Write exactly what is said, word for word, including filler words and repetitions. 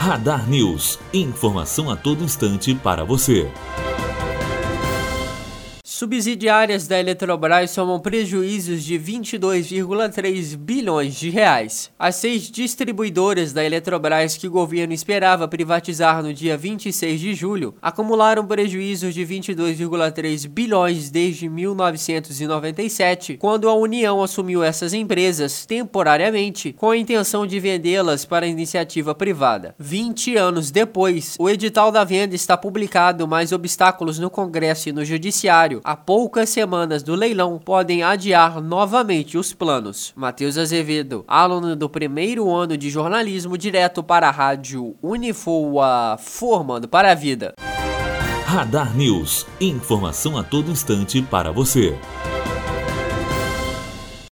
Radar News. Informação a todo instante para você. Subsidiárias da Eletrobras somam prejuízos de vinte e dois vírgula três bilhões de reais. As seis distribuidoras da Eletrobras que o governo esperava privatizar no dia vinte e seis de julho acumularam prejuízos de vinte e dois vírgula três bilhões desde mil novecentos e noventa e sete, quando a União assumiu essas empresas temporariamente com a intenção de vendê-las para a iniciativa privada. vinte anos depois, o edital da venda está publicado, mas obstáculos no Congresso e no Judiciário há poucas semanas do leilão podem adiar novamente os planos. Matheus Azevedo, aluno do primeiro ano de jornalismo, direto para a rádio Unifoa, formando para a vida. Radar News. Informação a todo instante para você.